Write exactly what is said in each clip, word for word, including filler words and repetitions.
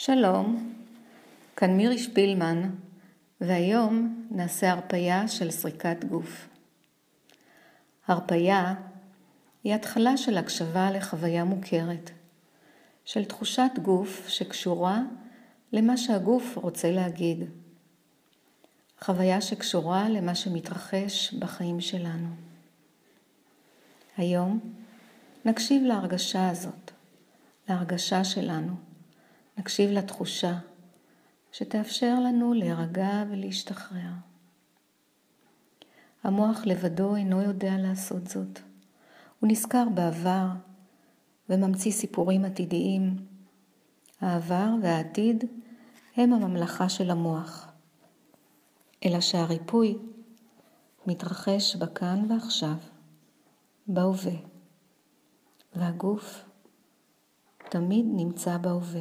שלום, כאן מירי שפילמן, והיום נעשה הרפיה של סריקת גוף. הרפיה היא התחלה של הקשבה לחוויה מוכרת, של תחושת גוף שקשורה למה שהגוף רוצה להגיד. חוויה שקשורה למה שמתרחש בחיים שלנו. היום נקשיב להרגשה הזאת, להרגשה שלנו. נקשיב לתחושה שתאפשר לנו להירגע ולהשתחרר. המוח לבדו אינו יודע לעשות זאת. הוא נזכר בעבר וממציא סיפורים עתידיים. העבר והעתיד הם הממלכה של המוח. אלא שהריפוי מתרחש בכאן ועכשיו, בהווה. והגוף תמיד נמצא בהווה.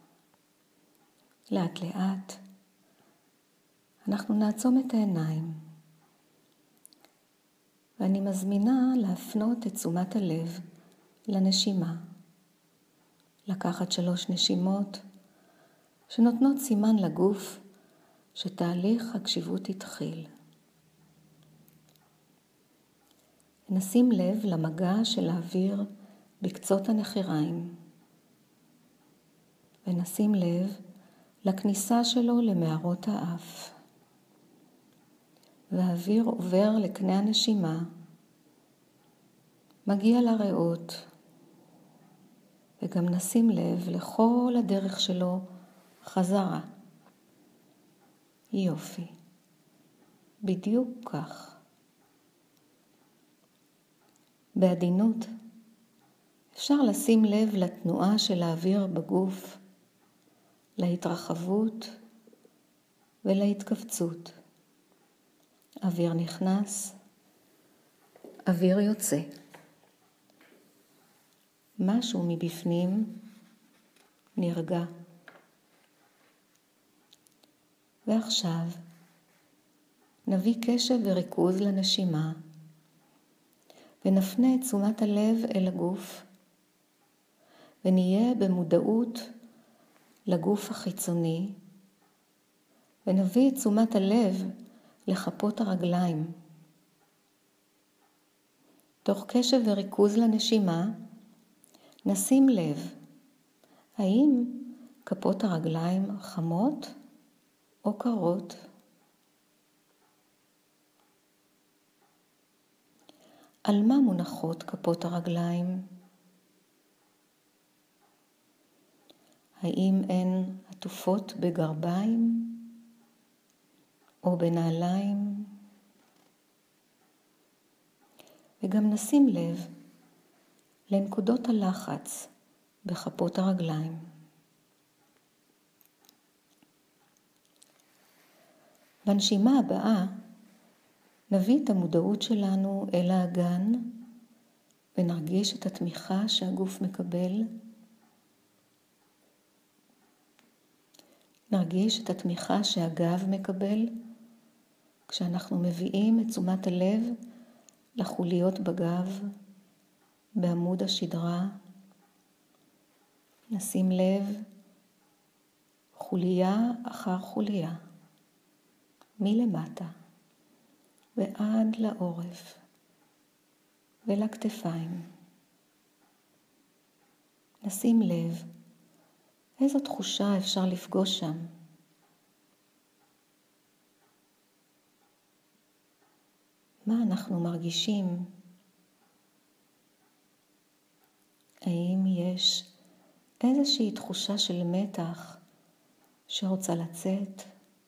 לאט לאט אנחנו נעצום את העיניים, ואני מזמינה להפנות את תשומת הלב לנשימה. לקחת שלוש נשימות שנותנות סימן לגוף שתהליך הקשיבות התחיל. נשים לב למגע של האוויר בקצות הנחיריים, ונשים לב לכניסה שלו למערות האף. והאוויר עובר לקנה הנשימה, מגיע לריאות, וגם נשים לב לכל הדרך שלו חזרה. יופי, בדיוק כך. בעדינות אפשר לשים לב לתנועה של האוויר בגוף, להתרחבות ולהתכווצות. אוויר נכנס, אוויר יוצא. משהו מבפנים נרגע. ועכשיו נביא קשב וריכוז לנשימה, ונפנה את תשומת הלב אל הגוף, ונהיה במודעות לגוף החיצוני, ונביא את תשומת הלב לכפות הרגליים. תוך קשב וריכוז לנשימה, נשים לב, האם כפות הרגליים חמות או קרות? על מה מונחות כפות הרגליים? האם הן עטופות בגרביים או בנעליים? וגם נשים לב לנקודות הלחץ בכפות הרגליים. בנשימה הבאה נביא את המודעות שלנו אל האגן ונרגיש את התמיכה שהגוף מקבל. נרגיש את התמיכה שהגב מקבל כשאנחנו מביאים את תשומת הלב לחוליות בגב, בעמוד השדרה. נשים לב חוליה אחר חוליה, מלמטה ועד לעורף ולכתפיים. נשים לב איזו תחושה אפשר לפגוש שם. מה אנחנו מרגישים? האם יש איזושהי תחושה של מתח שרוצה לצאת?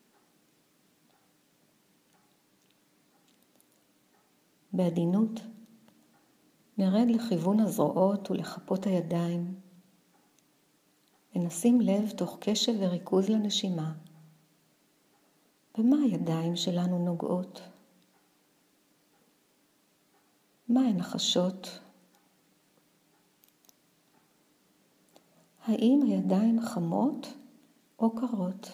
בעדינות נרד לכיוון הזרועות ולכפות הידיים, ונשים לב תוך קשב וריכוז לנשימה. במה הידיים שלנו נוגעות? מה הן החשות? האם הידיים חמות או קרות?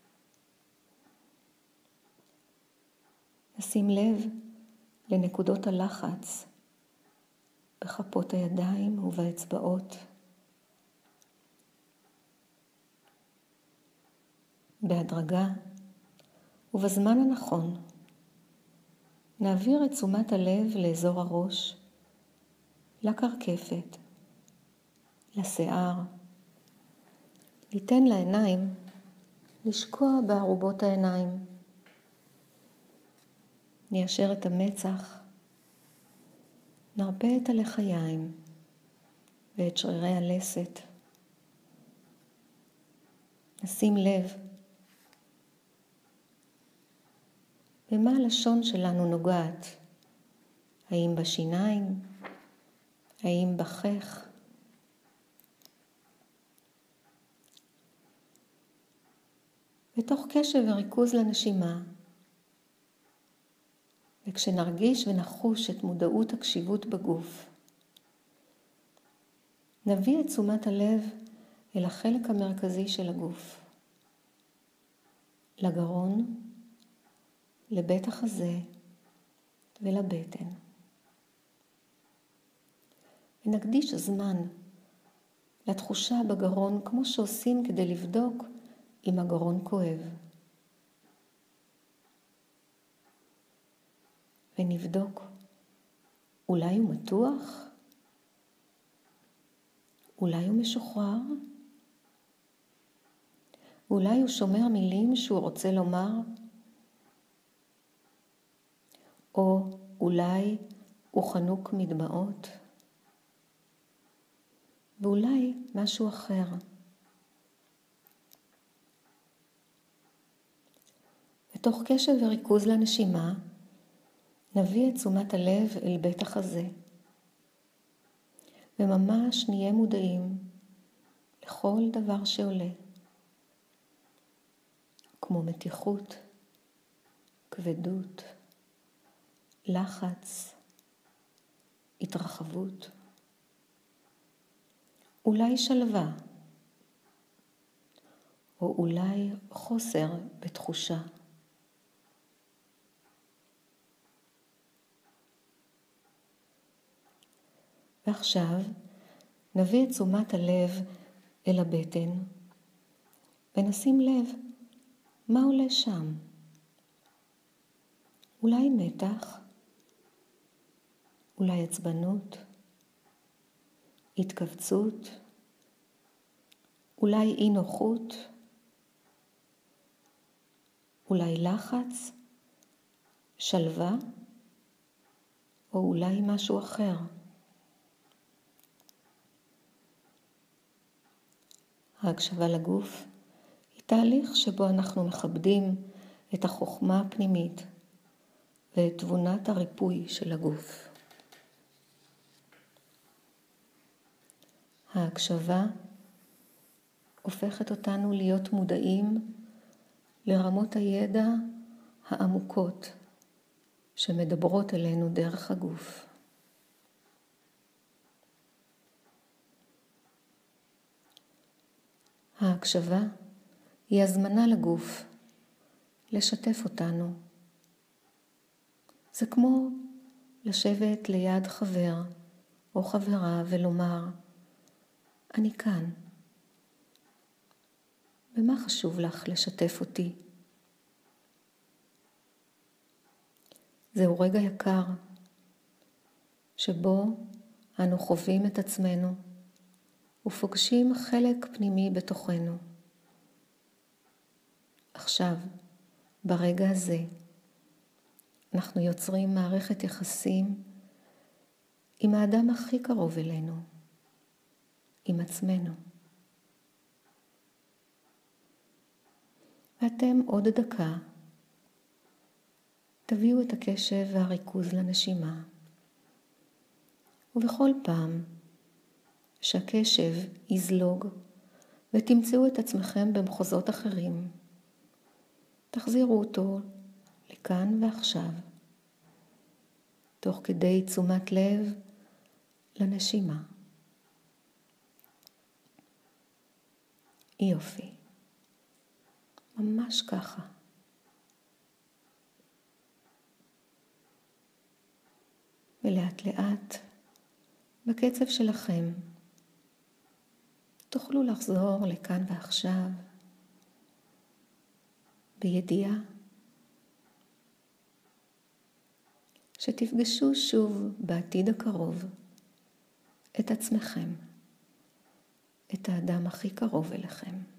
נשים לב לנקודות הלחץ בכפות הידיים ובאצבעות. בהדרגה ובזמן הנכון נעביר את תשומת הלב לאזור הראש, לקרקפת, לשיער. ניתן לעיניים לשקוע בערובות העיניים. ניישר את המצח, נרפה את הלחיים ואת שרירי הלסת. נשים לב במה הלשון שלנו נוגעת, האם בשיניים, האם בחך. בתוך קשב וריכוז לנשימה, וכשנרגיש ונחוש את מודעות הקשיבות בגוף, נביא את תשומת הלב אל החלק המרכזי של הגוף, לגרון, לבית החזה ולבטן. ונקדיש זמן לתחושה בגרון כמו שעושים כדי לבדוק אם הגרון כואב. ונבדוק, אולי הוא מתוח? אולי הוא משוחרר? אולי הוא שומר מילים שהוא רוצה לומר? או אולי הוא חנוק מדמעות? ואולי משהו אחר. בתוך קשב וריכוז לנשימה, נביא את תשומת הלב אל בית החזה, וממש נהיה מודעים לכל דבר שעולה, כמו מתיחות, כבדות, לחץ, התרחבות, אולי שלווה, או אולי חוסר בתחושה. ועכשיו נביא את תשומת הלב אל הבטן ונשים לב מה עולה שם. אולי מתח, אולי עצבנות, התכווצות, אולי אי נוחות, אולי לחץ, שלווה, או אולי משהו אחר. ההקשבה לגוף היא תהליך שבו אנחנו מכבדים את החוכמה הפנימית ואת תבונת הריפוי של הגוף. ההקשבה הופכת אותנו להיות מודעים לרמות הידע העמוקות שמדברות אלינו דרך הגוף. ההקשבה היא הזמנה לגוף לשתף אותנו. זה כמו לשבת ליד חבר או חברה ולומר, אני כאן. במה חשוב לך לשתף אותי? זהו רגע יקר שבו אנו חווים את עצמנו ופוגשים חלק פנימי בתוכנו. עכשיו, ברגע הזה, אנחנו יוצרים מערכת יחסים עם האדם הכי קרוב אלינו, עם עצמנו. ואתם עוד דקה תביאו את הקשב והריכוז לנשימה. ובכל פעם שהקשב יזלוג ותמצאו את עצמכם במחוזות אחרים, תחזירו אותו לכאן ועכשיו, תוך כדי תשומת לב לנשימה. יופי. ממש ככה. ולאט לאט, בקצב שלכם, תוכלו לחזור לכאן ועכשיו, בידיעה שתפגשו שוב בעתיד הקרוב את עצמכם, את האדם הכי קרוב אליכם.